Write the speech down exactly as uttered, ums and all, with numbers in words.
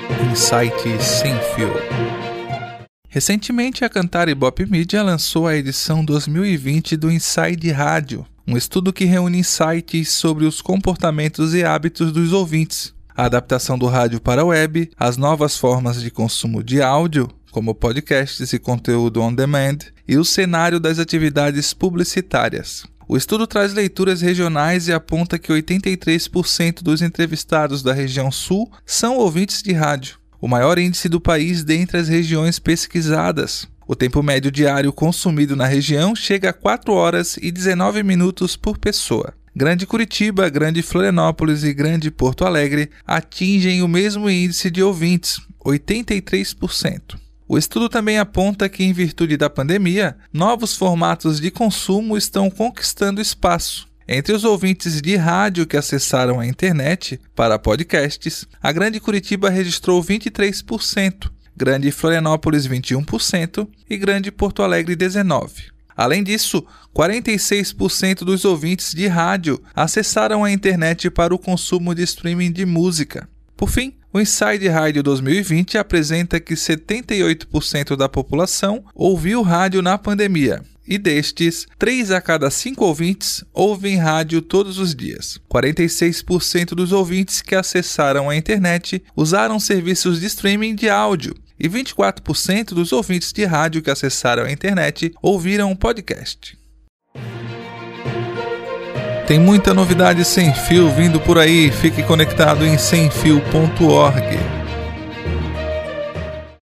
Insight Sem Fio. Recentemente, a Cantar Ibope Mídia lançou a edição dois mil e vinte do Inside Rádio, um estudo que reúne insights sobre os comportamentos e hábitos dos ouvintes, a adaptação do rádio para a web, as novas formas de consumo de áudio, como podcasts e conteúdo on demand, e o cenário das atividades publicitárias. O estudo traz leituras regionais e aponta que oitenta e três por cento dos entrevistados da região sul são ouvintes de rádio, o maior índice do país dentre as regiões pesquisadas. O tempo médio diário consumido na região chega a quatro horas e dezenove minutos por pessoa. Grande Curitiba, Grande Florianópolis e Grande Porto Alegre atingem o mesmo índice de ouvintes, oitenta e três por cento. O estudo também aponta que, em virtude da pandemia, novos formatos de consumo estão conquistando espaço. Entre os ouvintes de rádio que acessaram a internet para podcasts, a Grande Curitiba registrou vinte e três por cento, Grande Florianópolis vinte e um por cento e Grande Porto Alegre dezenove por cento. Além disso, quarenta e seis por cento dos ouvintes de rádio acessaram a internet para o consumo de streaming de música. Por fim, o Inside Rádio dois mil e vinte apresenta que setenta e oito por cento da população ouviu rádio na pandemia, e destes, três a cada cinco ouvintes ouvem rádio todos os dias. quarenta e seis por cento dos ouvintes que acessaram a internet usaram serviços de streaming de áudio, e vinte e quatro por cento dos ouvintes de rádio que acessaram a internet ouviram um podcast. Tem muita novidade sem fio vindo por aí, fique conectado em sem fio ponto org.